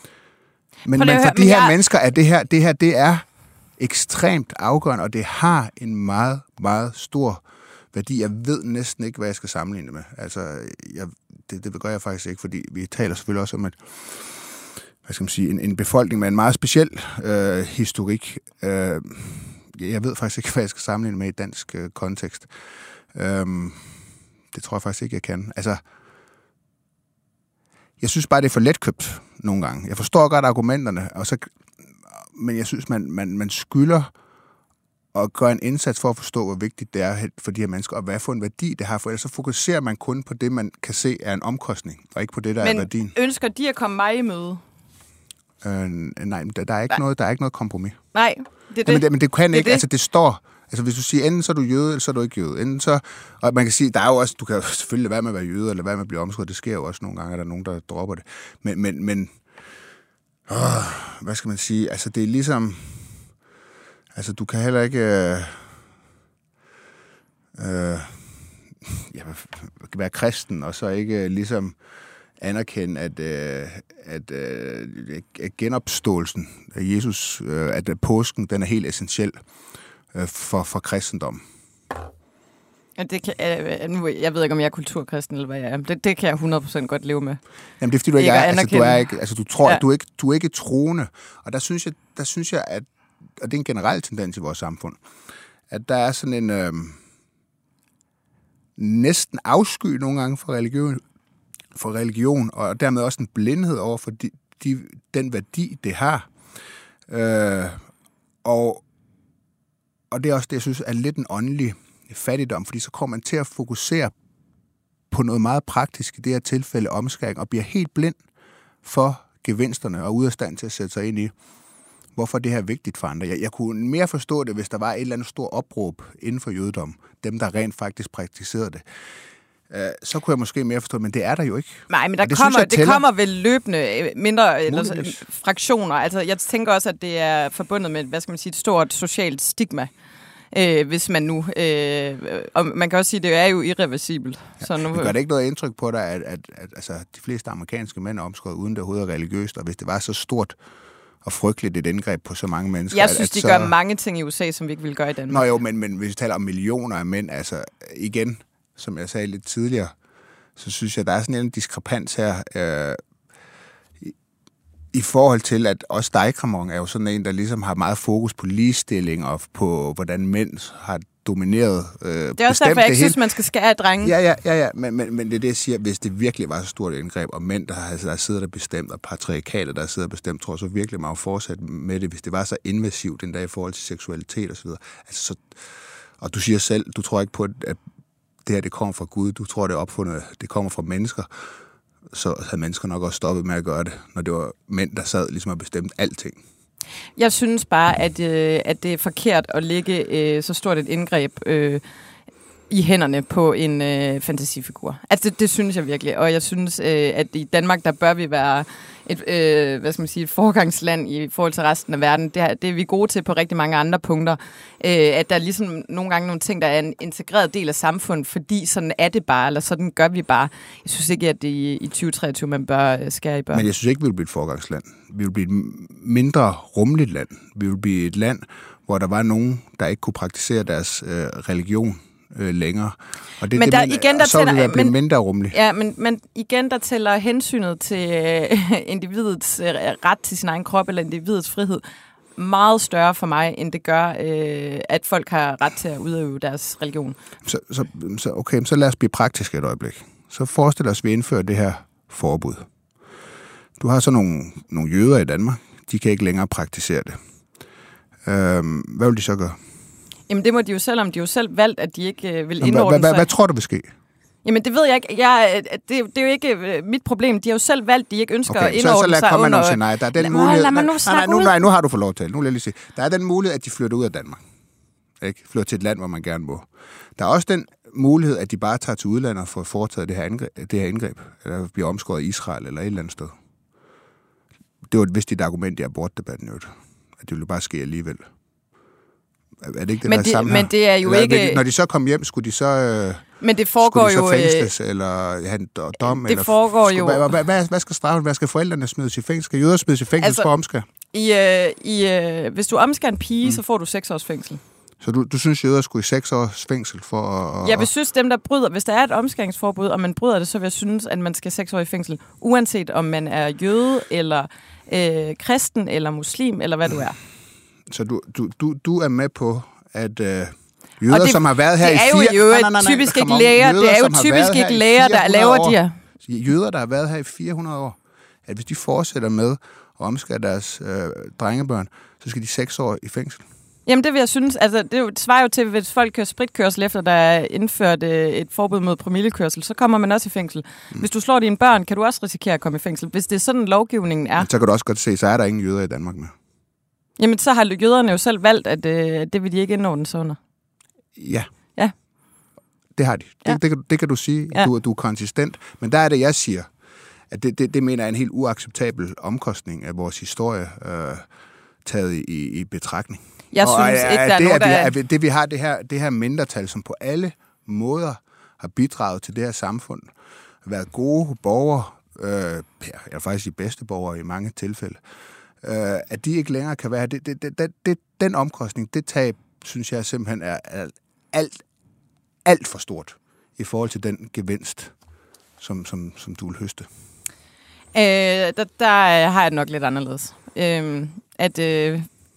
Men, men for de her jeg... mennesker er det her, det her, det er ekstremt afgørende, og det har en meget, meget stor værdi. Jeg ved næsten ikke, hvad jeg skal sammenligne med. Altså, jeg, det, det gør jeg faktisk ikke, fordi vi taler selvfølgelig også om et, hvad skal man sige, en, en befolkning med en meget speciel øh, historik. Øh, jeg ved faktisk ikke, hvad jeg skal sammenligne med i dansk øh, kontekst. Øh, det tror jeg faktisk ikke, jeg kan. Altså, jeg synes bare, det er for letkøbt nogle gange. Jeg forstår godt argumenterne, og så, men jeg synes, man, man, man skylder og gøre en indsats for at forstå, hvor vigtigt det er for de her mennesker, og hvad for en værdi det har, for ellers så fokuserer man kun på det, man kan se er en omkostning, og ikke på det, der men er værdien. Men ønsker de at komme mig i møde? Øh, nej, der, der, er ikke noget, der er ikke noget kompromis. Nej, det er det. Ja, men, det, men det kan det ikke, det. altså det står, altså hvis du siger, enten så er du jøde, eller så er du ikke jøde. Enten så, og man kan sige, der er jo også, du kan jo selvfølgelig lade være med at være jøde, eller være med at blive omskåret, det sker jo også nogle gange, at der er nogen, der dropper det. Men, men, men åh, hvad skal man sige, altså det er ligesom, altså du kan heller ikke øh, øh, ja, være kristen, og så ikke ligesom anerkende, at, øh, at, øh, at genopståelsen af Jesus, øh, at påsken, den er helt essentiel øh, for, for kristendom. Ja, det kan, øh, jeg ved ikke, om jeg er kulturkristen, eller hvad jeg er. Det, det kan jeg hundrede procent godt leve med. Jamen, det er, fordi du ikke er, altså, du er ikke, altså, du tror, ja. at du ikke, du er ikke troende. Og der synes jeg, der synes jeg, at, og det er en generel tendens i vores samfund, at der er sådan en øh, næsten afsky nogle gange for religion, for religion, og dermed også en blindhed over for de, de, den værdi, det har. Øh, og, og det er også det, jeg synes, er lidt en åndelig fattigdom, fordi så kommer man til at fokusere på noget meget praktisk, i det her tilfælde omskæring, og bliver helt blind for gevinsterne, og ude af stand til at sætte sig ind i, hvorfor det her er vigtigt for andre. Jeg, jeg kunne mere forstå det, hvis der var et eller andet stort opråb inden for jødedom, dem der rent faktisk praktiserede det. øh, så kunne jeg måske mere forstå, men det er der jo ikke. Nej, men der det, kommer, synes, det kommer vel løbende mindre eller, fraktioner. Altså, jeg tænker også, at det er forbundet med, hvad skal man sige, et stort socialt stigma. Øh, hvis man nu... Øh, og man kan også sige, at det er jo irreversibelt. Ja, så nu, det gør det ikke noget indtryk på dig, at, at, at altså, de fleste amerikanske mænd er omskåret uden det overhovedet er religiøst, og hvis det var så stort og frygteligt et indgreb på så mange mennesker... Jeg synes, at, de så... gør mange ting i U S A, som vi ikke vil gøre i Danmark. Nå jo, men, men hvis vi taler om millioner af mænd, altså igen, som jeg sagde lidt tidligere, så synes jeg, der er sådan en diskrepans her... Øh, I forhold til, at også dig, Kramon, er jo sådan en, der ligesom har meget fokus på ligestilling og på, hvordan mænd har domineret øh, det er også derfor, jeg ikke synes, man skal skære af drenge. Ja, ja, ja, ja. Men, men, men det er det, jeg siger, hvis det virkelig var så stort et indgreb, og mænd, der har der siddet og bestemt, og patriarkater, der sidder og bestemt, tror jeg så virkelig, man har fortsat med det, hvis det var så invasivt den dag i forhold til seksualitet og så videre. Altså, så, og du siger selv, du tror ikke på, at det her, det kommer fra Gud. Du tror, det er opfundet, det kommer fra mennesker. Så havde mennesker nok også stoppet med at gøre det, når det var mænd, der sad ligesom og bestemte alting. Jeg synes bare, at, øh, at det er forkert at lægge øh, så stort et indgreb øh, i hænderne på en øh, fantasifigur. Altså, det, det synes jeg virkelig. Og jeg synes, øh, at i Danmark, der bør vi være et, øh, hvad skal man sige, et foregangsland i forhold til resten af verden. Det er, det er vi gode til på rigtig mange andre punkter. Øh, at der er ligesom nogle gange nogle ting, der er en integreret del af samfundet, fordi sådan er det bare, eller sådan gør vi bare. Jeg synes ikke, at det i, i tyve treogtyve man bør skære i børn. Men jeg synes ikke, vi vil blive et foregangsland. Vi vil blive et mindre rummeligt land. Vi vil blive et land, hvor der var nogen, der ikke kunne praktisere deres øh, religion øh, længere. Og det, men det, der, men, igen, der så vil tæller, det blive men, mindre rummeligt. Ja, men, men igen, der tæller hensynet til øh, individets øh, ret til sin egen krop, eller individets frihed, meget større for mig, end det gør, øh, at folk har ret til at udøve deres religion. Så, så, så, okay, så lad os blive praktiske et øjeblik. Så forestil os, at vi indfører det her forbud. Du har så nogle, nogle jøder i Danmark. De kan ikke længere praktisere det. Øhm, hvad vil de så gøre? Jamen det må de jo selv, om de jo selv valgt, at de ikke øh, vil indordne sig. Hvad, hvad tror du vil ske? Jamen det ved jeg ikke. Jeg, det, det er jo ikke mit problem. De har jo selv valgt, de ikke ønsker okay, at indordne sig. Så, så lad komme med nogle nej. Der er den lad, mulighed. Lad mig nu nej, nej, nu, nej, nu har du fået lov til. Nu vil jeg lige sige. Der er den mulighed, at de flytter ud af Danmark. Ikke? Flytter til et land, hvor man gerne må. Der er også den mulighed, at de bare tager til udlandet for at foretage det her indgreb, det her indgreb eller bliver omskåret i Israel eller et eller andet sted. Det var et vist et argument i abortdebatten, jo. At det ville bare ske alligevel. Er det ikke det, men der det, er sammen men det er jo eller, ikke... Når de så kom hjem, skulle de så... Øh, men det foregår skulle de så jo... fængsles, øh, eller have en dom? Det eller, foregår skulle, jo... Hvad, hvad, hvad, hvad skal straffen? Hvad skal forældrene smides i fængsel? Skal jøder smides i fængsel altså, for omskær? I, øh, i, øh, hvis du omskærer en pige, mm. så får du seks års fængsel. Så du, du synes, jøder skulle i seks års fængsel for at... Jeg vil synes, dem der bryder... Hvis der er et omskæringsforbud, og man bryder det, så vil jeg synes, at man skal seks år i fængsel. Uanset om man er jøde, eller øh, kristen, eller muslim, eller hvad du er. Så du, du, du, du er med på, at... Øh, jøder, det, som har været her i fire... Det er jo, jo nej, nej, nej, typisk ikke læger, jøder, det er jo typisk ikke læger, der laver de her. Jøder, der har været her i fire hundrede år, at hvis de fortsætter med at omskære deres øh, drengebørn, så skal de seks år i fængsel. Jamen det vil jeg synes, altså det svarer jo til, hvis folk kører spritkørsel efter, der er indført øh, et forbud mod promillekørsel, så kommer man også i fængsel. Mm. Hvis du slår dine børn, kan du også risikere at komme i fængsel. Hvis det er sådan, lovgivningen er. Men så kan du også godt se, så er der ingen jøder i Danmark mere. Jamen så har jøderne jo selv valgt, at øh, det vil de ikke indordne sig under. Ja. Ja. Det har de. Det, ja. det, det, det kan du sige. Ja. Du, du er konsistent. Men der er det, jeg siger, at det, det, det mener jeg er en helt uacceptabel omkostning af vores historie, øh, taget i, i betragtning. Jeg og, synes ikke, er, der er det, nogen, der er... er... Det, det, vi har, det her, det her mindretal, som på alle måder har bidraget til det her samfund, har været gode borgere, øh, ja, faktisk de bedste borgere i mange tilfælde, øh, at de ikke længere kan være... Det, det, det, det, den omkostning, det tab, synes jeg simpelthen er, er alt, alt for stort i forhold til den gevinst, som, som, som du vil høste. Øh, der, der har jeg nok lidt anderledes. Øh, at... Øh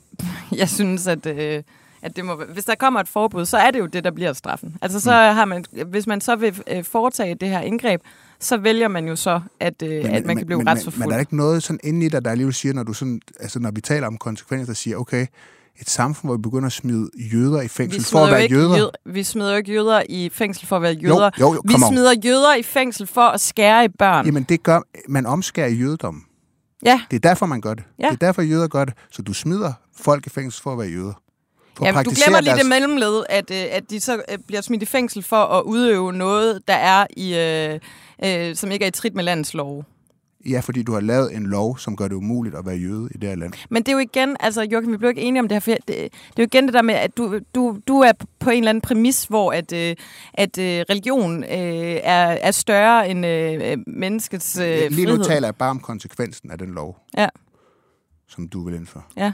Jeg synes, at, øh, at det må, hvis der kommer et forbud, så er det jo det, der bliver straffen. Altså, så har man, hvis man så vil øh, foretage det her indgreb, så vælger man jo så, at, øh, men, at man kan blive men, retsforfulgt. Men, men er der ikke noget sådan inde i dig, der alligevel siger, når du sådan, altså når vi taler om konsekvenser, der siger, okay, et samfund, hvor vi begynder at smide jøder i fængsel for at være jøder? Jød, vi smider jo ikke jøder i fængsel for at være jøder. Jo, jo, jo, vi smider on. jøder i fængsel for at skære i børn. Jamen, det gør, man omskærer jødedommen. Ja. Det er derfor, man gør det. Ja. Det er derfor, jøder gør det. Så du smider folk i fængsel for at være jøder. Ja, du glemmer lige deres... det mellemled, at, at de så bliver smidt i fængsel for at udøve noget, der er i, øh, øh, som ikke er i trit med landets lov. Ja, fordi du har lavet en lov, som gør det umuligt at være jøde i det her land. Men det er jo igen, altså Joachim, vi blev ikke enige om det her, for det, det er jo igen det der med, at du, du, du er på en eller anden præmis, hvor at, øh, at øh, religion øh, er, er større end øh, menneskets øh, frihed. Lige nu taler jeg bare om konsekvensen af den lov, ja. som du vil indføre. Ja.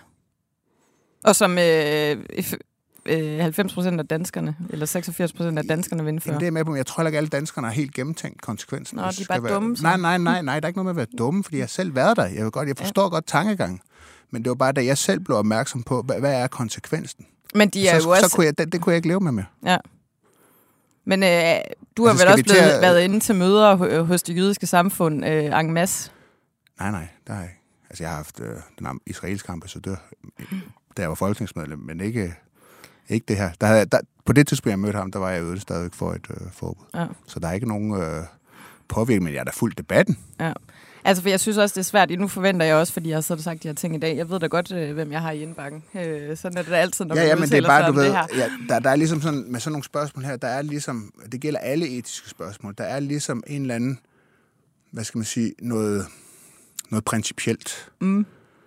Og som øh, øh, halvfems procent af danskerne, eller seksogfirs procent af danskerne vil indføre. Jamen, det er med på, jeg tror ikke, alle danskerne har helt gennemtænkt konsekvensen. Nå, de er bare dumme. Være... Nej, nej, nej, nej, der er ikke noget med at være dumme, fordi jeg har selv været der. Jeg, godt, jeg forstår ja. godt tankegangen. Men det var bare, da jeg selv blev opmærksom på, hvad, hvad er konsekvensen? Men de er så, jo også... Så kunne jeg, det, det kunne jeg ikke leve med mere. Ja. Men øh, du har altså, vel også blevet, tage... været inde til møder hos det jødiske samfund øh, en masse? Nej, nej, der har jeg ikke. Altså, jeg har haft øh, den israelske ambassadør, da jeg var folketingsmedlem, men ikke, ikke det her. Der havde, der, på det tidspunkt, jeg mødte ham, der var jeg jo stadigvæk for et øh, forbud. Ja. Så der er ikke nogen øh, påvirkning, men jeg er da fuldt debatten. Ja. Altså, for jeg synes også, det er svært. Nu forventer jeg også, fordi jeg har så sagt de her ting i dag. Jeg ved da godt, øh, hvem jeg har i indbakken. Øh, sådan er det da altid, når ja, man ja, men det er bare, du ved, det her. Ja, der, der er ligesom sådan, med sådan nogle spørgsmål her, der er ligesom, det gælder alle etiske spørgsmål, der er ligesom en eller anden, hvad skal man sige, noget, noget principielt. Mm.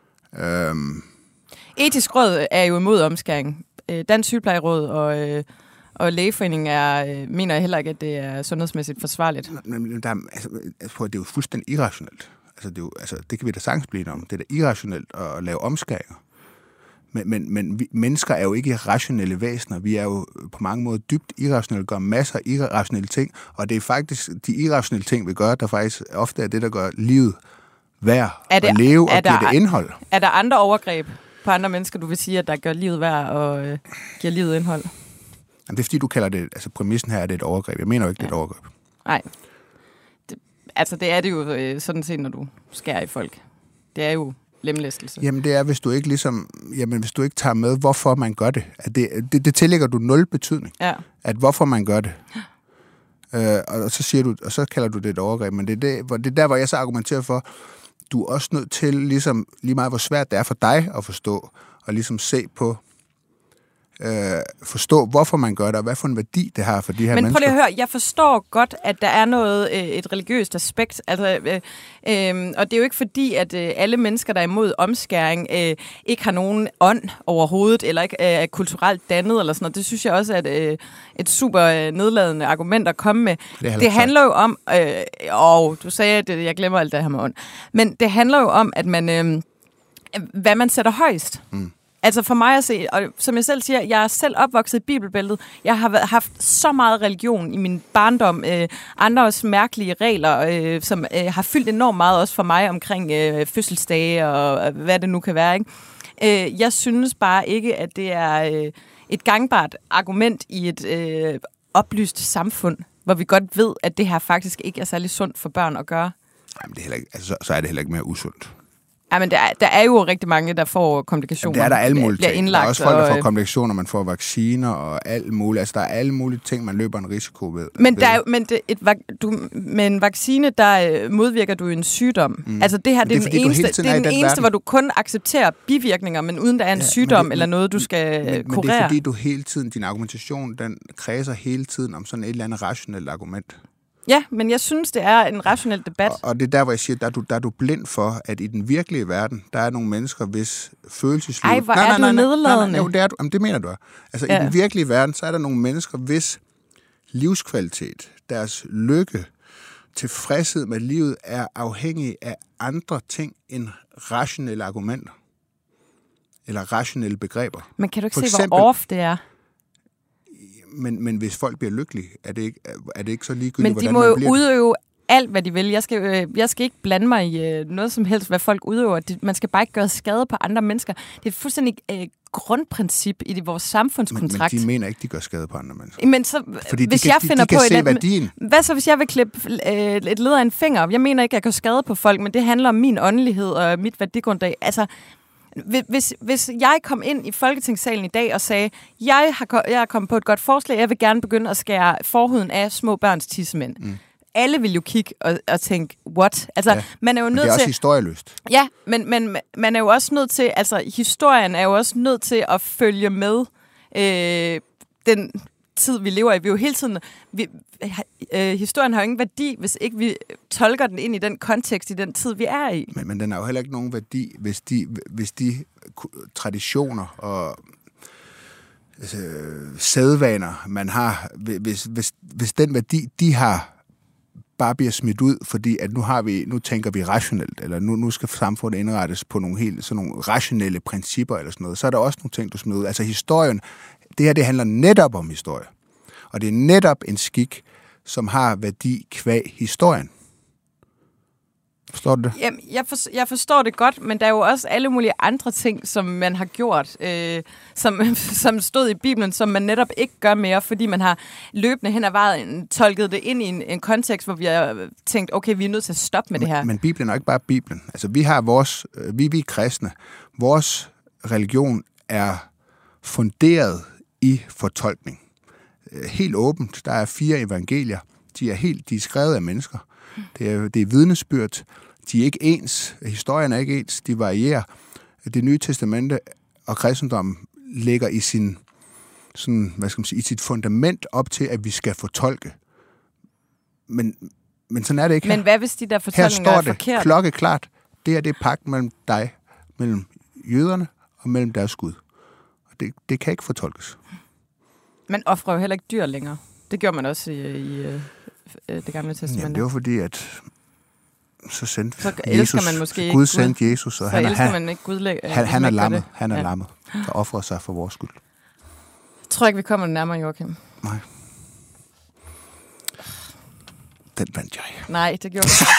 Øhm. Etisk Råd er jo imod omskæring. Dansk Sygeplejeråd og, øh, og Lægeforeningen er, øh, mener heller ikke, at det er sundhedsmæssigt forsvarligt. Men der, altså, det er jo fuldstændig irrationelt. Altså, det, er jo, altså, det kan vi da sagtens blive om. Det er da irrationelt at lave omskæringer. Men, men, men vi, mennesker er jo ikke rationelle væsener. Vi er jo på mange måder dybt irrationelle, gør masser af irrationelle ting. Og det er faktisk de irrationelle ting, vi gør, der faktisk ofte er det, der gør livet værd at leve og giver det indhold. Er der andre overgreb på andre mennesker, du vil sige, at der gør livet værd og øh, giver livet indhold? Jamen, det er fordi, du kalder det, altså præmissen her er det et overgreb. Jeg mener jo ikke, ja. det er et overgreb. Nej. Det, altså, det er det jo øh, sådan set, når du skærer i folk. Det er jo lemlæstelse. Jamen, det er, hvis du ikke ligesom, jamen, hvis du ikke tager med, hvorfor man gør det. At det, det, det tillægger du nul betydning. Ja. At hvorfor man gør det. Øh, og så siger du, og så kalder du det et overgreb. Men det er, det, hvor, det er der, hvor jeg så argumenterer for, du er også nødt til, ligesom, lige meget hvor svært det er for dig at forstå, og ligesom se på, øh, forstå, hvorfor man gør det, og hvad for en værdi det har for de her Men mennesker. Men prøv lige at høre, jeg forstår godt, at der er noget, øh, et religiøst aspekt, altså, øh, øh, og det er jo ikke fordi, at øh, alle mennesker, der er imod omskæring, øh, ikke har nogen ånd overhovedet, eller ikke øh, er kulturelt dannet, eller sådan noget. Det synes jeg også er et, øh, et super nedladende argument at komme med. Det, det handler jo om, øh, og du sagde, at jeg glemmer alt det her med ånd, men det handler jo om, at man, øh, hvad man sætter højst. Mm. Altså for mig at se, og som jeg selv siger, jeg er selv opvokset i bibelbæltet. Jeg har haft så meget religion i min barndom. Øh, andres mærkelige regler, øh, som øh, har fyldt enormt meget også for mig omkring øh, fødselsdage og øh, hvad det nu kan være. Ikke? Øh, jeg synes bare ikke, at det er øh, et gangbart argument i et øh, oplyst samfund, hvor vi godt ved, at det her faktisk ikke er særlig sundt for børn at gøre. Jamen, det er heller ikke, altså, så er det heller ikke mere usundt. Ja, men der er, der er jo rigtig mange, der får komplikationer. Jamen, det er der alle mulige ting. Der er også folk, der får og, komplikationer, man får vacciner og alt muligt. Altså, der er alle mulige ting, man løber en risiko ved. Men, der er, men det, et, du, med en vaccine, der modvirker du en sygdom. Mm. Altså, det her det er, det er den eneste, det er den eneste verden. Hvor du kun accepterer bivirkninger, men uden der er en ja, sygdom det, eller noget, du skal men, kurere. Men det er fordi, du hele tiden, din argumentation, den kredser hele tiden om sådan et eller andet rationelt argument. Ja, men jeg synes, det er en rationel debat. Og, og det er der, hvor jeg siger, der er, du, der er du blind for, at i den virkelige verden, der er nogle mennesker, hvis følelsesliv... Ej, hvor nej, er nej, du nedladende. Jo, det er du. Jamen, det mener du. Altså, ja. I den virkelige verden, så er der nogle mennesker, hvis livskvalitet, deres lykke, tilfredshed med livet, er afhængig af andre ting end rationelle argumenter. Eller rationelle begreber. Men kan du ikke For se, eksempel, hvor off det er? Men, men hvis folk bliver lykkelige, er det ikke, er det ikke så ligegyldigt, hvordan man bliver? Men de må jo udøve alt, hvad de vil. Jeg skal, øh, jeg skal ikke blande mig i øh, noget som helst, hvad folk udøver. Det, man skal bare ikke gøre skade på andre mennesker. Det er et fuldstændig øh, grundprincip i det, vores samfundskontrakt. Men, men de mener ikke, de gør skade på andre mennesker. Men så, Fordi hvis de kan, jeg finder de, de på kan se et, værdien. Hvad så, hvis jeg vil klippe øh, et led af en finger? Jeg mener ikke, at jeg gør skade på folk, men det handler om min åndelighed og mit værdigrundlag. Altså, Hvis, hvis jeg kom ind i Folketingssalen i dag og sagde, jeg har, jeg har kommet på et godt forslag, jeg vil gerne begynde at skære forhuden af små børns tissemænd. Mm. Alle vil jo kigge og, og tænke, what? Altså, ja, man er jo nødt til... det er også historieløst. Ja, men, men man er jo også nødt til... Altså, historien er jo også nødt til at følge med øh, den tid, vi lever i. Vi er jo hele tiden... Vi, øh, historien har jo ingen værdi, hvis ikke vi tolker den ind i den kontekst, i den tid, vi er i. Men, men den har jo heller ikke nogen værdi, hvis de, hvis de traditioner og altså, sædvaner, man har, hvis, hvis, hvis den værdi, de har, bare bliver smidt ud, fordi at nu har vi, nu tænker vi rationelt, eller nu, nu skal samfundet indrettes på nogle helt sådan nogle rationelle principper eller sådan noget, så er der også nogle ting, du smider ud. Altså historien, det her, det handler netop om historie. Og det er netop en skik, som har værdi kvæg historien. Forstår du det? Jamen, jeg, for, jeg forstår det godt, men der er jo også alle mulige andre ting, som man har gjort, øh, som, som stod i Bibelen, som man netop ikke gør mere, fordi man har løbende hen ad vejen tolket det ind i en, en kontekst, hvor vi har tænkt, okay, vi er nødt til at stoppe med men, det her. Men Bibelen er ikke bare Bibelen. Altså, vi har vores, vi, vi er kristne. Vores religion er funderet i fortolkning. Helt åbent. Der er fire evangelier. De er helt, de er skrevet af mennesker. Det er, det er vidnesbyrd. De er ikke ens. Historien er ikke ens. De varierer. Det Nye Testamente og kristendommen ligger i sin, sådan, hvad skal man sige, i sit fundament op til, at vi skal fortolke. Men, men sådan er det ikke her. Men hvad hvis de der fortolkninger er forkerte? Her står det klokkeklart. Det her, det er pagt mellem dig, mellem jøderne og mellem deres Gud. Og det, det kan ikke fortolkes. Man offrer jo heller ikke dyr længere. Det gjorde man også i, i det gamle testamente. Jamen, det var fordi, at så sendte så Jesus, man måske Gud sendte Jesus, og så han, elsker han, man ikke Gud, han, han er lammet, han er ja. lammet, der offrer sig for vores skyld. Jeg tror ikke, vi kommer nærmere, Joachim. Nej. Den vandt jeg. Nej, det gjorde jeg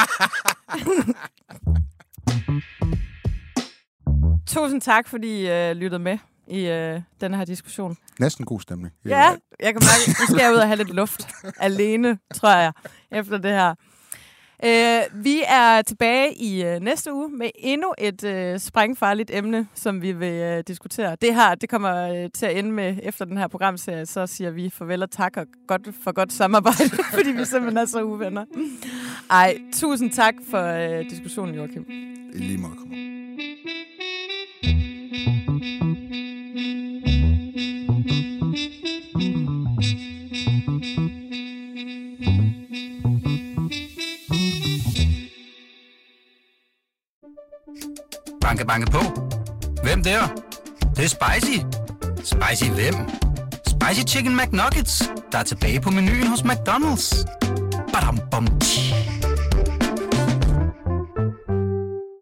Tusind tak, fordi I uh, lyttede med i uh, den her diskussion. Næsten god stemning. Ja, jeg kan mærke, nu skal jeg ud og have lidt luft alene, tror jeg, efter det her. Uh, vi er tilbage i uh, næste uge med endnu et uh, sprængfarligt emne, som vi vil uh, diskutere. Det her, det kommer uh, til at ende med, efter den her programserie, så siger vi farvel og tak og godt, for godt samarbejde, fordi vi simpelthen er så uvenner. Ej, tusind tak for uh, diskussionen, Joachim. I lige måde kommer. Banke, banke på. Hvem der? Det, det er spicy. Spicy hvem? Spicy Chicken McNuggets, der er tilbage på menuen hos McDonald's. Badum, bom, tji.